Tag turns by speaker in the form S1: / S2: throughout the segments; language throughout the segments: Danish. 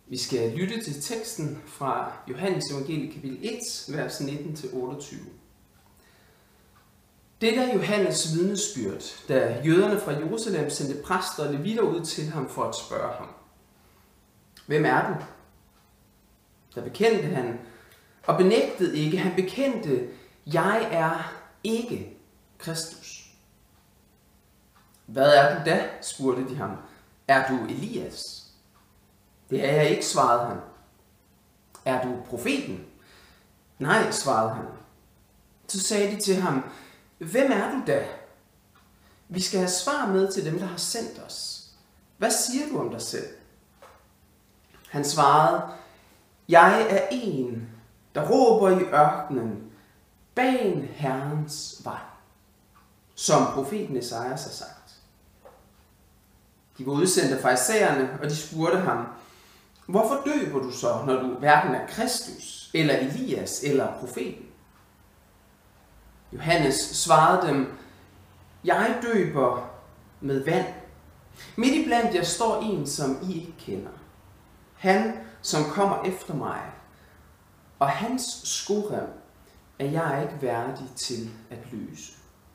S1: Vi skal lytte til teksten fra Johannes Evangeliet kapitel 1, vers 19-28. Det er Johannes vidnesbyrd, da jøderne fra Jerusalem sendte præster og levitter ud til ham for at spørge ham. Hvem er du? Der bekendte han og benægtede ikke. Han bekendte, jeg er ikke Kristus. Hvad er du da? Spurgte de ham. Er du Elias? Det er jeg ikke, svarede han. Er du profeten? Nej, svarede han. Så sagde de til ham, hvem er du da? Vi skal have svar med til dem, der har sendt os. Hvad siger du om dig selv? Han svarede, jeg er en, der råber i ørkenen, ban Herrens vej, som profeten Esajas har sagt. De var udsendt af farisæerne, og de spurgte ham, hvorfor døber du så, når du hverken er Kristus, eller Elias, eller profeten? Johannes svarede dem, jeg døber med vand. Midt i blandt jer står en, som I ikke kender. Han, som kommer efter mig, og hans skorem er jeg ikke værdig til at løse.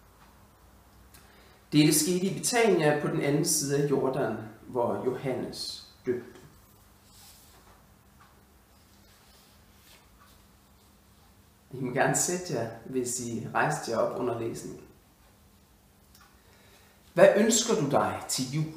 S1: Dette skete i Betania på den anden side af Jordan, hvor Johannes døbte. I må gerne sætte jer, hvis I rejste jer op under læsningen. Hvad ønsker du dig til jul?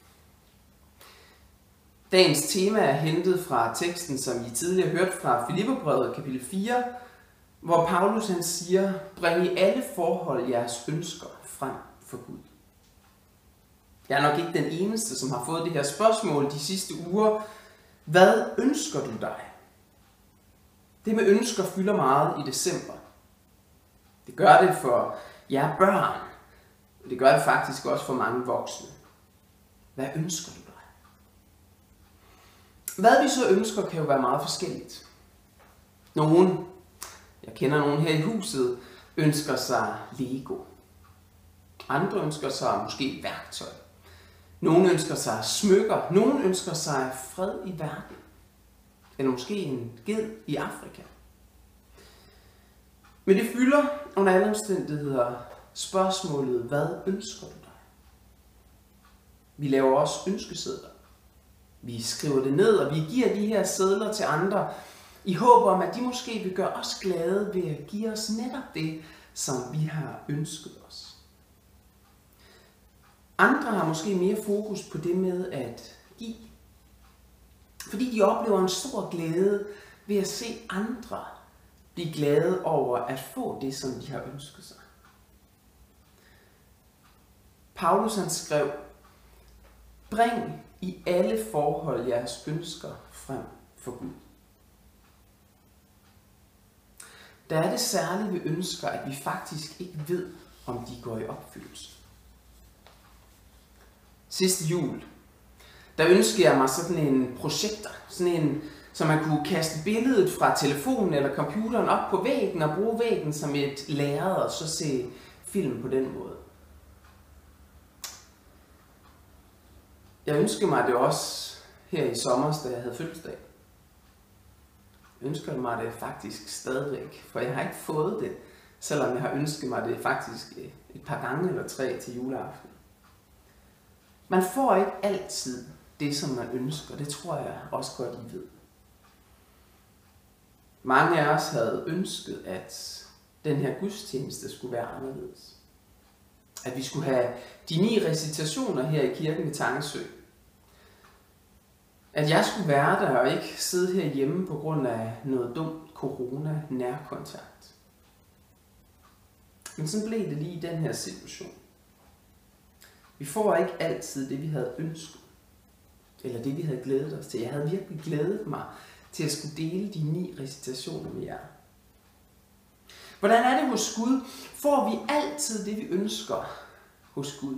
S1: Dagens tema er hentet fra teksten, som I tidligere hørte fra Filipperbrevet kapitel 4, hvor Paulus han siger, bring i alle forhold jeres ønsker frem for Gud. Jeg er nok ikke den eneste, som har fået det her spørgsmål de sidste uger. Hvad ønsker du dig? Det med ønsker fylder meget i december. Det gør det for jer børn. Det gør det faktisk også for mange voksne. Hvad ønsker du dig? Hvad vi så ønsker, kan jo være meget forskelligt. Jeg kender nogen her i huset, ønsker sig Lego. Andre ønsker sig måske værktøj. Nogle ønsker sig smykker. Nogle ønsker sig fred i verden. Eller måske en ged i Afrika. Men det fylder under alle omstændigheder spørgsmålet, hvad ønsker du dig? Vi laver også ønskesedler. Vi skriver det ned, og vi giver de her sedler til andre, i håb om, at de måske vil gøre os glade ved at give os netop det, som vi har ønsket os. Andre har måske mere fokus på det med at give. Fordi de oplever en stor glæde ved at se andre blive glade over at få det, som de har ønsket sig. Paulus han skrev, bring i alle forhold jeres ønsker frem for Gud. Der er det særlige ved ønsker, at vi faktisk ikke ved, om de går i opfyldelse. Sidste jul, der ønskede jeg mig sådan en projektor, så man kunne kaste billedet fra telefonen eller computeren op på væggen og bruge væggen som et lærred og så se film på den måde. Jeg ønskede mig det også her i sommer, da jeg havde fødselsdag. Jeg ønsker mig det faktisk stadigvæk, for jeg har ikke fået det, selvom jeg har ønsket mig det faktisk et par gange eller 3 til juleaften. Man får ikke altid det, som man ønsker. Det tror jeg også godt, I ved. Mange af os havde ønsket, at den her gudstjeneste skulle være anderledes. At vi skulle have de 9 recitationer her i kirken i Tangesø. At jeg skulle være der og ikke sidde herhjemme på grund af noget dumt corona-nærkontakt. Men sådan blev det lige i den her situation. Vi får ikke altid det, vi havde ønsket. Eller det, vi havde glædet os til. Jeg havde virkelig glædet mig til at skulle dele de 9 recitationer med jer. Hvordan er det hos Gud? Får vi altid det, vi ønsker hos Gud?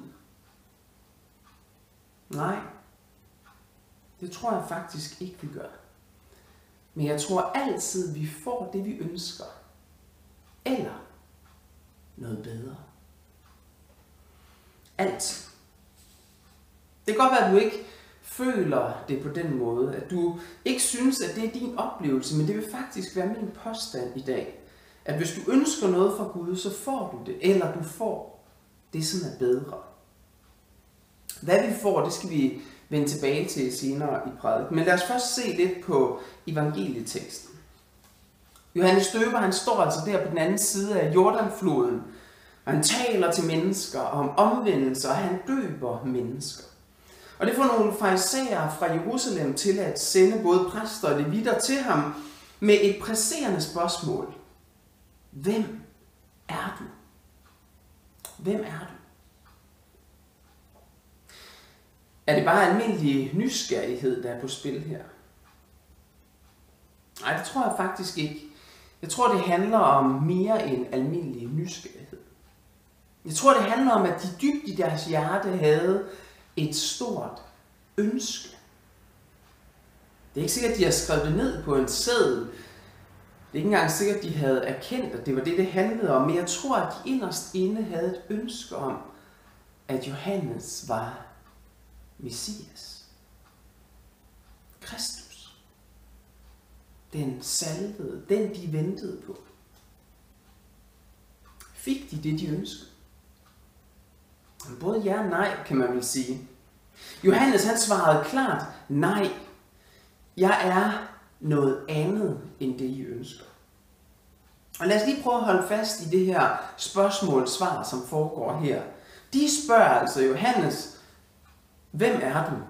S1: Nej, det tror jeg faktisk ikke, vi gør. Men jeg tror altid, vi får det, vi ønsker. Eller noget bedre. Altid. Det kan godt være, at du ikke føler det på den måde, at du ikke synes, at det er din oplevelse, men det vil faktisk være min påstand i dag, at hvis du ønsker noget fra Gud, så får du det, eller du får det, som er bedre. Hvad vi får, det skal vi vende tilbage til senere i prædiken. Men lad os først se lidt på evangelieteksten. Johannes Døber, han står altså der på den anden side af Jordanfloden, og han taler til mennesker om omvendelse, og han døber mennesker. Og det får nogle farisæere fra Jerusalem til at sende både præster og levitter til ham med et presserende spørgsmål. Hvem er du? Hvem er du? Er det bare almindelig nysgerrighed, der er på spil her? Nej, det tror jeg faktisk ikke. Jeg tror, det handler om mere end almindelig nysgerrighed. Jeg tror, det handler om, at de dybt i deres hjerte havde et stort ønske. Det er ikke sikkert, at de har skrevet det ned på en seddel. Det er ikke engang sikkert, at de havde erkendt, at det var det, det handlede om. Men jeg tror, at de inderst inde havde et ønske om, at Johannes var Messias. Kristus. Den salvede, den de ventede på. Fik de det, de ønskede? Både ja og nej, kan man vel sige. Johannes, han svarede klart, nej, jeg er noget andet, end det I ønsker. Og lad os lige prøve at holde fast i det her spørgsmål-svar, som foregår her. De spørger altså Johannes, hvem er du?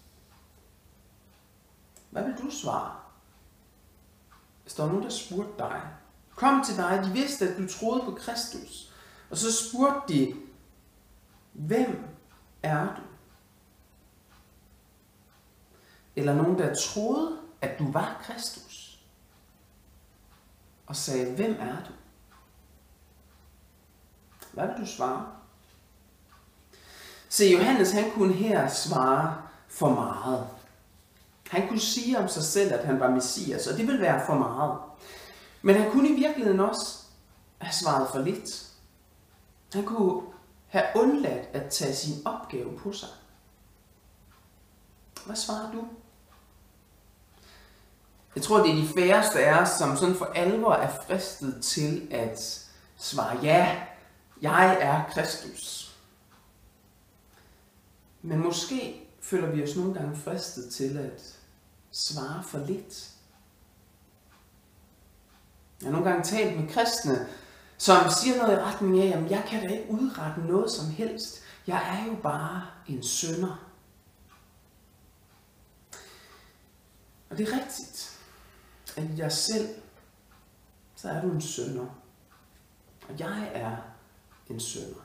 S1: Hvad vil du svare? Hvis der var nogen, der spurgte dig, kom til dig, de vidste, at du troede på Kristus, og så spurgte de, hvem er du? Eller nogen, der troede, at du var Kristus, og sagde, hvem er du? Hvad vil du svare? Se, Johannes, han kunne her svare for meget. Han kunne sige om sig selv, at han var Messias, og det ville være for meget. Men han kunne i virkeligheden også have svaret for lidt. Han kunne have undladt at tage sin opgave på sig. Hvad svarer du? Jeg tror, det er de færreste af os, som sådan for alvor er fristet til at svare, ja, jeg er Kristus. Men måske føler vi os nogle gange fristet til at svare for lidt. Jeg har nogle gange talt med kristne, som siger noget i retning af, at jeg kan da ikke udrette noget som helst. Jeg er jo bare en synder. Og det er rigtigt, at i dig selv, så er du en synder. Og jeg er en synder.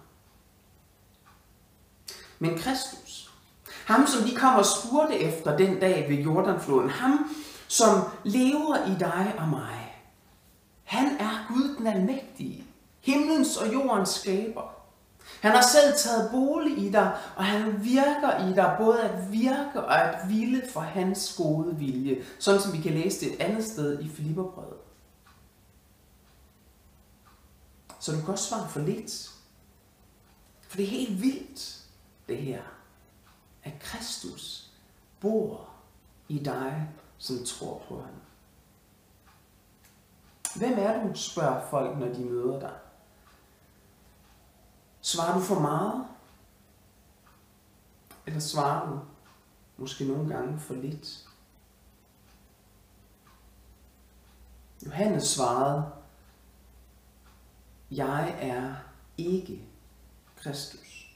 S1: Men Kristus, ham som de kom og spurgte efter den dag ved Jordanfloden, ham som lever i dig og mig, han er Gud den almægtige, himlens og jordens skaber. Han har selv taget bolig i dig, og han virker i dig både at virke og at ville for hans gode vilje. Sådan som vi kan læse det et andet sted i Filipperbrevet. Så du kan også svare for lidt. For det er helt vildt, det her, at Kristus bor i dig, som tror på ham. Hvem er du, spørger folk, når de møder dig. Svarer du for meget? Eller svarer du måske nogle gange for lidt? Johannes svarede, jeg er ikke Kristus.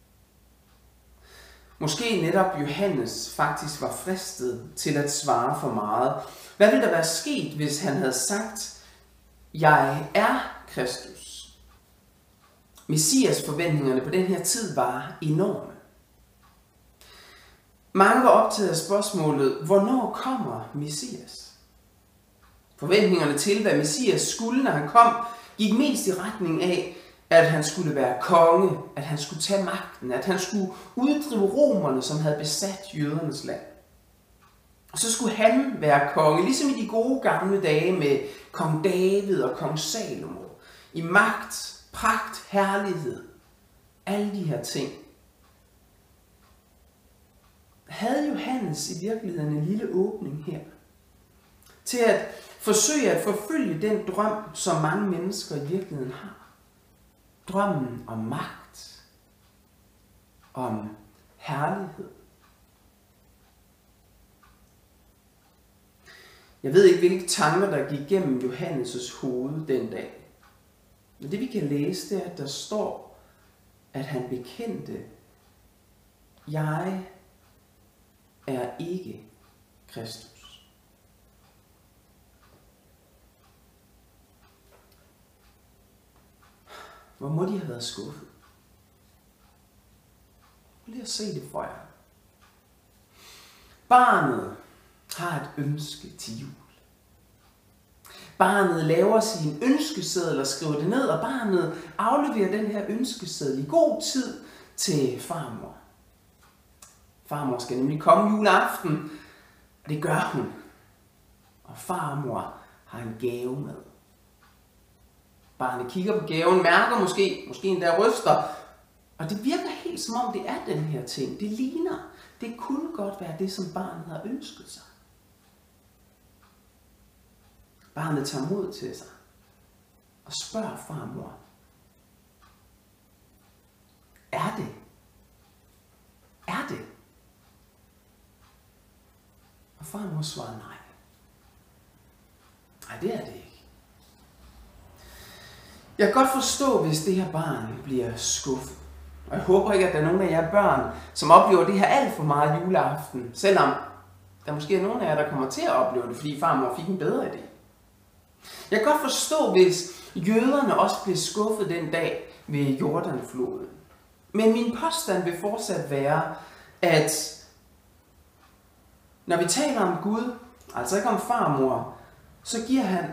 S1: Måske netop Johannes faktisk var fristet til at svare for meget. Hvad ville der være sket, hvis han havde sagt, jeg er Kristus? Messias forventningerne på den her tid var enorme. Mange var optaget af spørgsmålet, hvornår kommer Messias? Forventningerne til, hvad Messias skulle, når han kom, gik mest i retning af, at han skulle være konge, at han skulle tage magten, at han skulle uddrive romerne, som havde besat jødernes land. Og så skulle han være konge, ligesom i de gode gamle dage med kong David og kong Salomo, i magt, pragt, herlighed, alle de her ting. havde Johannes i virkeligheden en lille åbning her, til at forsøge at forfølge den drøm, som mange mennesker i virkeligheden har. Drømmen om magt, om herlighed. Jeg ved ikke, hvilke tanker, der gik gennem Johannes' hoved den dag. Men det vi kan læse, det er, at der står, at han bekendte, jeg er ikke Kristus. Hvor må de have været skuffet? Prøv lige at se det for jer. Barnet har et ønske til jul. Barnet laver sin ønskeseddel og skriver det ned, og barnet afleverer den her ønskeseddel i god tid til farmor. Farmor skal nemlig komme juleaften, og det gør hun. Og farmor har en gave med. Barnet kigger på gaven, mærker måske endda ryster, og det virker helt som om det er den her ting. Det ligner, det kunne godt være det, som barnet har ønsket sig. Barnet tager mod til sig og spørger farmor, er det? Er det? Og farmor svarer nej. Nej, det er det ikke. Jeg kan godt forstå, hvis det her barn bliver skuffet. Og jeg håber ikke, at der er nogen af jer børn, som oplever det her alt for meget juleaften, selvom der måske er nogen af jer, der kommer til at opleve det, fordi farmor fik en bedre idé. Jeg kan godt forstå, hvis jøderne også blev skuffet den dag ved Jordanfloden. Men min påstand vil fortsat være, at når vi taler om Gud, altså ikke om farmor, så giver han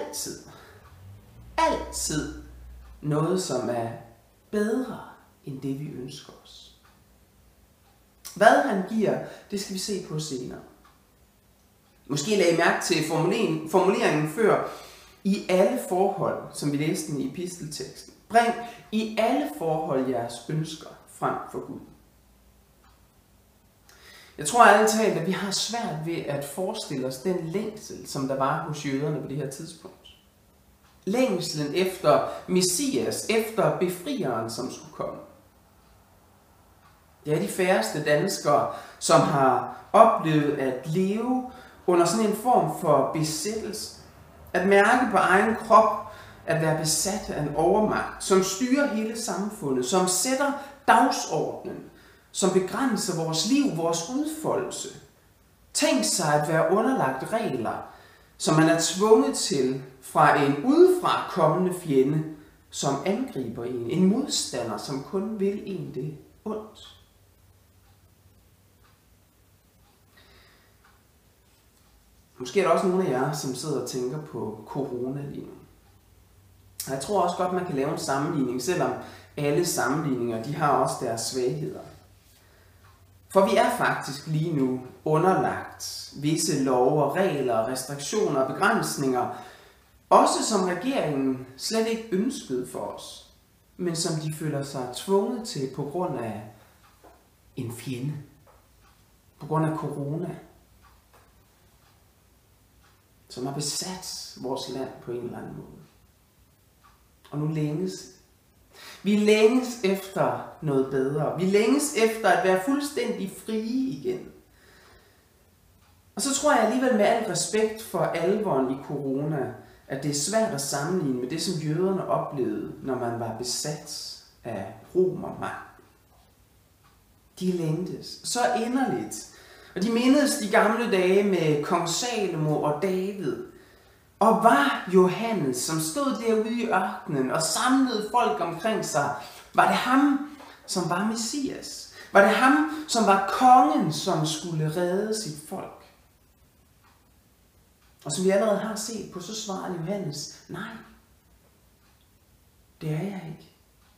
S1: altid noget, som er bedre end det, vi ønsker os. Hvad han giver, det skal vi se på senere. Måske lagde I mærke til formuleringen før, i alle forhold, som vi læste den i epistelteksten. Bring i alle forhold jeres ønsker frem for Gud. Jeg tror ærligt talt, at vi har svært ved at forestille os den længsel, som der var hos jøderne på det her tidspunkt. Længslen efter Messias, efter befrieren, som skulle komme. Det er de færreste danskere, som har oplevet at leve under sådan en form for besættelse. At mærke på egen krop, at være besat af en overmagt, som styrer hele samfundet, som sætter dagsordenen, som begrænser vores liv, vores udfoldelse. Tænk sig at være underlagt regler, som man er tvunget til fra en udefra kommende fjende, som angriber en modstander, som kun vil en det ondt. Måske er der også nogle af jer, som sidder og tænker på corona lige nu. Jeg tror også godt, man kan lave en sammenligning, selvom alle sammenligninger, de har også deres svagheder. For vi er faktisk lige nu underlagt visse love, regler, restriktioner og begrænsninger, også som regeringen slet ikke ønskede for os, men som de føler sig tvunget til på grund af en fjende, på grund af corona, som har besat vores land på en eller anden måde. Og nu længes vi længes efter noget bedre. Vi længes efter at være fuldstændig frie igen. Og så tror jeg alligevel med al respekt for alvoren i corona, at det er svært at sammenligne med det, som jøderne oplevede, når man var besat af romermagten. De længtes så inderligt. Og de mindedes de gamle dage med kong Salomo og David. Og var Johannes, som stod derude i ørkenen og samlede folk omkring sig, var det ham, som var Messias? Var det ham, som var kongen, som skulle redde sit folk? Og som vi allerede har set på, så svarede Johannes, nej, det er jeg ikke.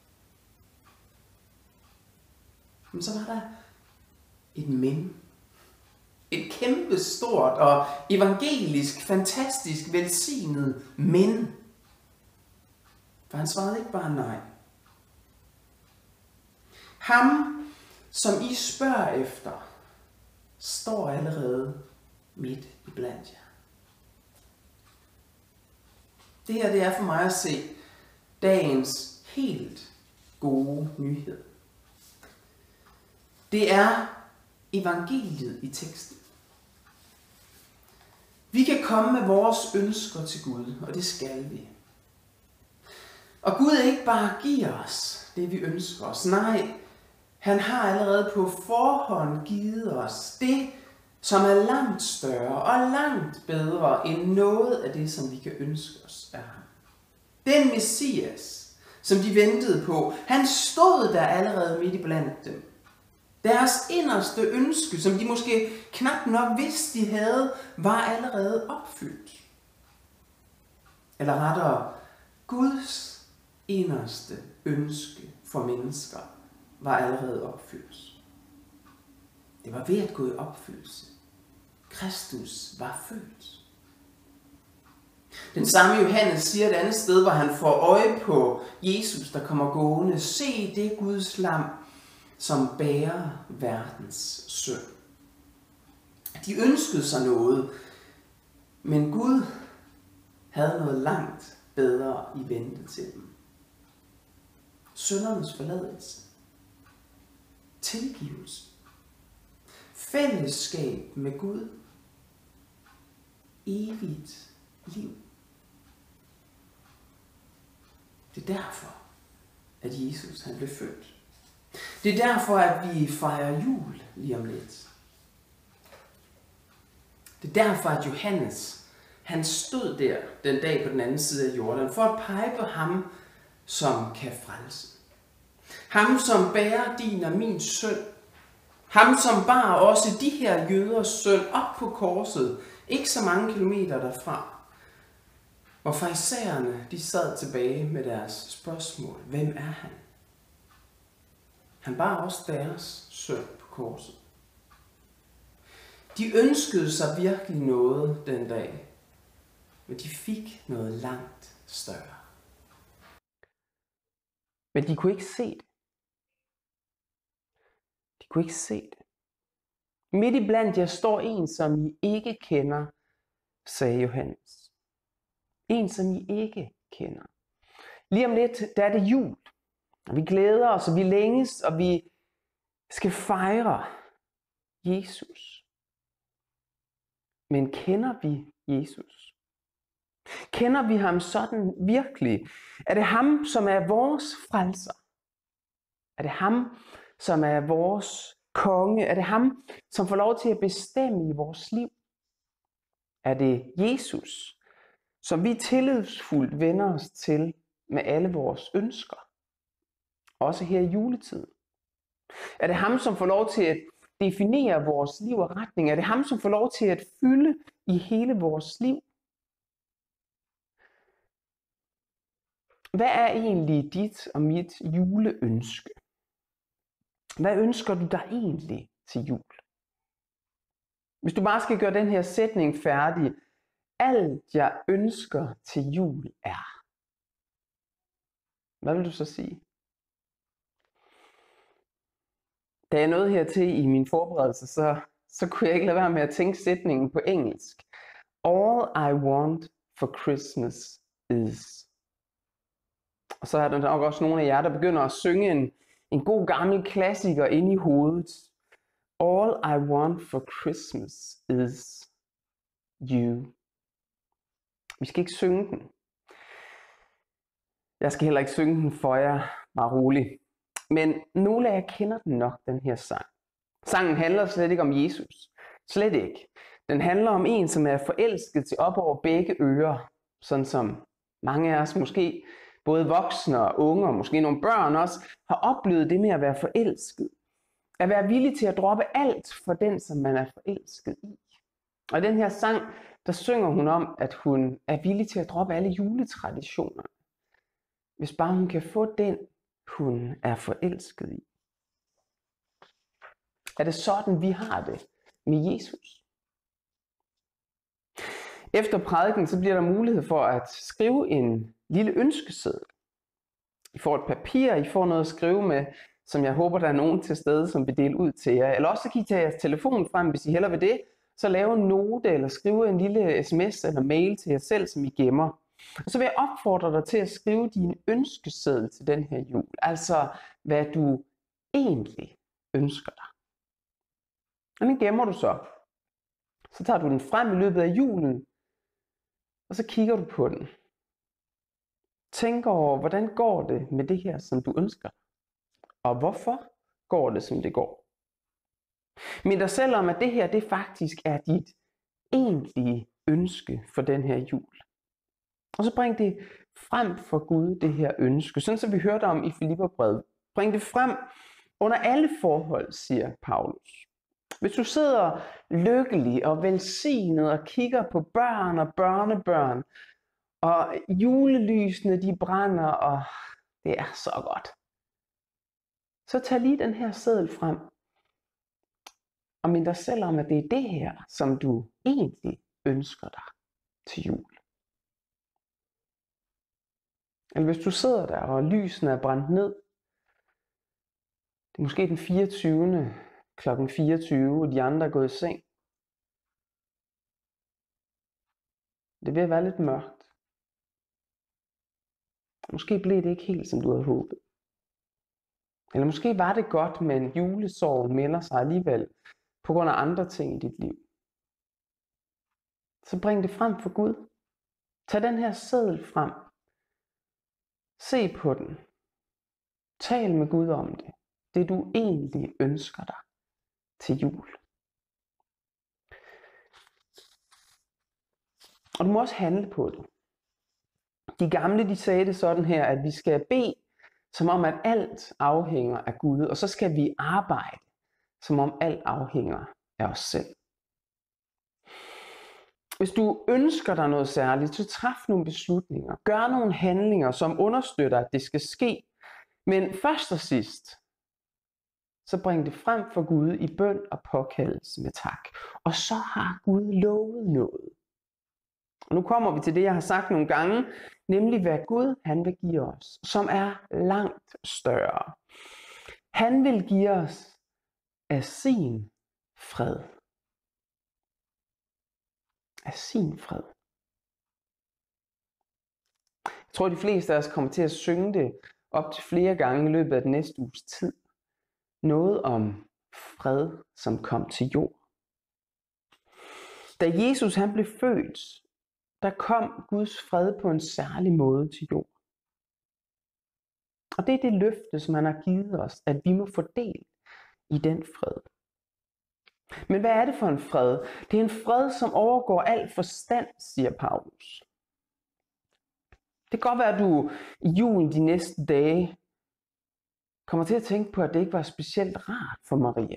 S1: Men så var der et men. Et kæmpe stort og evangelisk, fantastisk, velsignet men. For han svarede ikke bare nej. Ham, som I spørger efter, står allerede midt i blandt jer. Det her, det er for mig at se dagens helt gode nyhed. Det er evangeliet i teksten. Vi kan komme med vores ønsker til Gud, og det skal vi. Og Gud ikke bare giver os det, vi ønsker os. Nej, han har allerede på forhånd givet os det, som er langt større og langt bedre end noget af det, som vi kan ønske os af ham. Den Messias, som de ventede på, han stod der allerede midt i blandt dem. Deres inderste ønske, som de måske knap nok vidste, de havde, var allerede opfyldt. Eller rettere, Guds inderste ønske for mennesker var allerede opfyldt. Det var ved at gå i opfyldelse. Kristus var født. Den samme Johannes siger et andet sted, hvor han får øje på Jesus, der kommer gående. Se det Guds lam, som bærer verdens synd. De ønskede sig noget, men Gud havde noget langt bedre i vente til dem. Syndernes forladelse. Tilgivelse. Fællesskab med Gud. Evigt liv. Det er derfor, at Jesus han blev født. Det er derfor, at vi fejrer jul lige om lidt. Det er derfor, at Johannes han stod der den dag på den anden side af Jordan, for at pege på ham, som kan frelse. Ham, som bærer din og min synd. Ham, som bar også de her jøders synd op på korset, ikke så mange kilometer derfra. Hvor farisæerne, de sad tilbage med deres spørgsmål. Hvem er han? Han bar også deres synd på korset. De ønskede sig virkelig noget den dag, men de fik noget langt større. Men de kunne ikke se det. De kunne ikke se det. Midt i blandt jer står en, som I ikke kender, sagde Johannes. En, som I ikke kender. Lige om lidt, der er det jul. Og vi glæder os, og vi længes, og vi skal fejre Jesus. Men kender vi Jesus? Kender vi ham sådan virkelig? Er det ham, som er vores frelser? Er det ham, som er vores konge? Er det ham, som får lov til at bestemme i vores liv? Er det Jesus, som vi tillidsfuldt vender os til med alle vores ønsker? Også her i juletiden. Er det ham, som får lov til at definere vores liv og retning? Er det ham, som får lov til at fylde i hele vores liv? Hvad er egentlig dit og mit juleønske? Hvad ønsker du dig egentlig til jul? Hvis du bare skal gøre den her sætning færdig. Alt jeg ønsker til jul er. Hvad vil du så sige? Da jeg nåede hertil i min forberedelse, så kunne jeg ikke lade være med at tænke sætningen på engelsk. All I want for Christmas is. Og så er der nok også nogle af jer, der begynder at synge en god gammel klassiker inde i hovedet. All I want for Christmas is you. Vi skal ikke synge den. Jeg skal heller ikke synge den for jer, bare rolig. Men nogle af jer kender den nok, den her sang. Sangen handler slet ikke om Jesus. Slet ikke. Den handler om en, som er forelsket til op over begge ører. Sådan som mange af os måske, både voksne og unge, og måske nogle børn også, har oplevet det med at være forelsket. At være villig til at droppe alt for den, som man er forelsket i. Og i den her sang, der synger hun om, at hun er villig til at droppe alle juletraditioner. Hvis bare hun kan få den, hun er forelsket i. Er det sådan, vi har det med Jesus? Efter prædiken, så bliver der mulighed for at skrive en lille ønskeseddel. I får et papir, I får noget at skrive med, som jeg håber, der er nogen til stede, som vil dele ud til jer. Eller også så kan I tage jeres telefon frem, hvis I hellere vil det. Så lave en note eller skrive en lille sms eller mail til jer selv, som I gemmer. Og så vil jeg opfordre dig til at skrive din ønskeseddel til den her jul. Altså, hvad du egentlig ønsker dig. Og den gemmer du så. Så tager du den frem i løbet af julen, og så kigger du på den. Tænk over, hvordan går det med det her, som du ønsker? Og hvorfor går det, som det går? Mind dig selv om, at det her, det faktisk er dit egentlige ønske for den her jul. Og så bring det frem for Gud, det her ønske. Sådan som vi hørte om i Filipperbrevet. Bring det frem under alle forhold, siger Paulus. Hvis du sidder lykkelig og velsignet og kigger på børn og børnebørn, og julelysene de brænder, og det er så godt, så tag lige den her seddel frem, og mind dig selv om, at det er det her, som du egentlig ønsker dig til jul. Eller hvis du sidder der, og lysene er brændt ned, det er måske den 24. klokken 24, og de andre er gået i seng. Det er ved at være lidt mørkt. Måske blev det ikke helt, som du havde håbet. Eller måske var det godt, men julesorgen melder sig alligevel på grund af andre ting i dit liv. Så bring det frem for Gud. Tag den her seddel frem. Se på den. Tal med Gud om det. Det du egentlig ønsker dig til jul. Og du må også handle på det. De gamle, de sagde det sådan her, at vi skal bede, som om at alt afhænger af Gud, og så skal vi arbejde, som om alt afhænger af os selv. Hvis du ønsker dig noget særligt, så træf nogle beslutninger. Gør nogle handlinger, som understøtter, at det skal ske. Men først og sidst, så bring det frem for Gud i bøn og påkaldelse med tak. Og så har Gud lovet noget. Og nu kommer vi til det, jeg har sagt nogle gange, nemlig hvad Gud han vil give os, som er langt større. Han vil give os af sin fred. Af sin fred. Jeg tror, de fleste af os kommer til at synge det op til flere gange i løbet af den næste uges tid. Noget om fred, som kom til jord. Da Jesus han blev født, der kom Guds fred på en særlig måde til jord. Og det er det løfte, som han har givet os, at vi må få del i den fred. Men hvad er det for en fred? Det er en fred, som overgår al forstand, siger Paulus. Det kan godt være, at du i julen de næste dage kommer til at tænke på, at det ikke var specielt rart for Maria.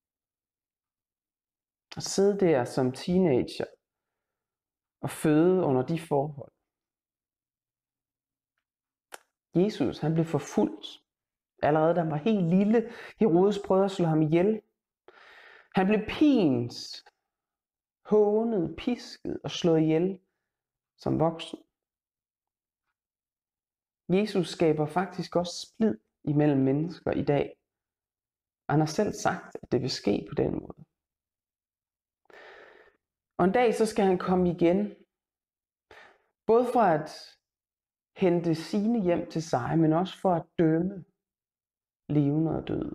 S1: At sidde der som teenager og føde under de forhold. Jesus, han blev forfulgt. Allerede da han var helt lille, Herodes prøvede at slå ham ihjel. Han blev pint, hånet, pisket og slået ihjel som voksen. Jesus skaber faktisk også splid imellem mennesker i dag. Og han har selv sagt, at det vil ske på den måde. Og en dag så skal han komme igen. Både for at hente sine hjem til sig, men også for at dømme levende og døde.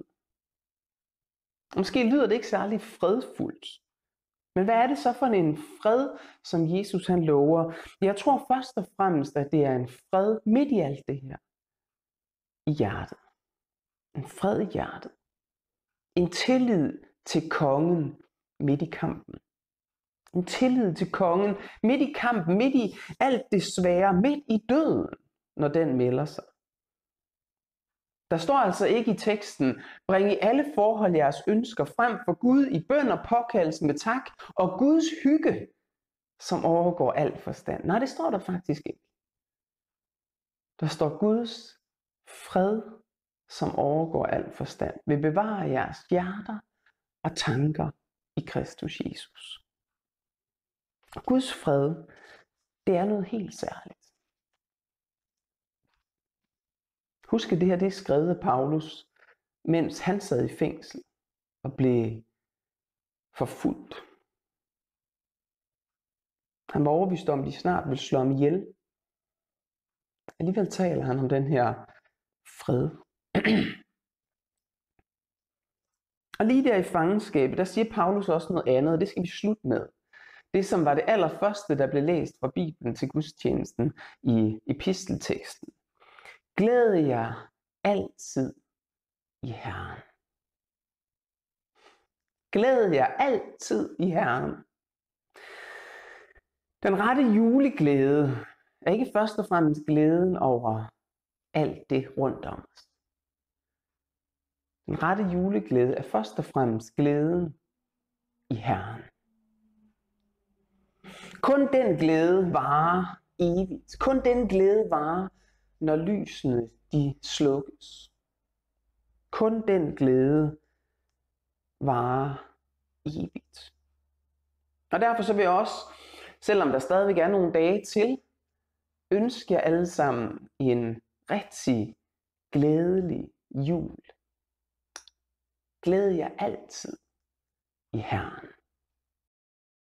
S1: Måske lyder det ikke særlig fredfuldt. Men hvad er det så for en fred, som Jesus han lover? Jeg tror først og fremmest, at det er en fred midt i alt det her. I hjertet. En fred i hjertet. En tillid til kongen midt i kampen. En tillid til kongen midt i kampen, midt i alt det svære, midt i døden, når den melder sig. Der står altså ikke i teksten, bring i alle forhold jeres ønsker frem for Gud i bøn og påkaldelse med tak, og Guds hygge, som overgår al forstand. Nej, det står der faktisk ikke. Der står Guds fred, som overgår al forstand, vil bevare jeres hjerter og tanker i Kristus Jesus. Og Guds fred, det er noget helt særligt. Husk, at det her det er skrevet af Paulus, mens han sad i fængsel og blev forfulgt. Han var overbevist om, at de snart ville slå ham ihjel. Alligevel taler han om den her fred. Og lige der i fangenskabet, der siger Paulus også noget andet, og det skal vi slutte med. Det, som var det allerførste, der blev læst fra Bibelen til gudstjenesten i epistelteksten. Glæd jer altid i Herren. Glæd jer altid i Herren. Den rette juleglæde er ikke først og fremmest glæden over alt det rundt om os. Den rette juleglæde er først og fremmest glæden i Herren. Kun den glæde varer evigt. Kun den glæde varer, når lysene de slukkes. Kun den glæde varer evigt. Og derfor så vil jeg også, selvom der stadigvæk er nogle dage til, ønske jer alle sammen en rigtig glædelig jul. Glæd jer altid i Herren.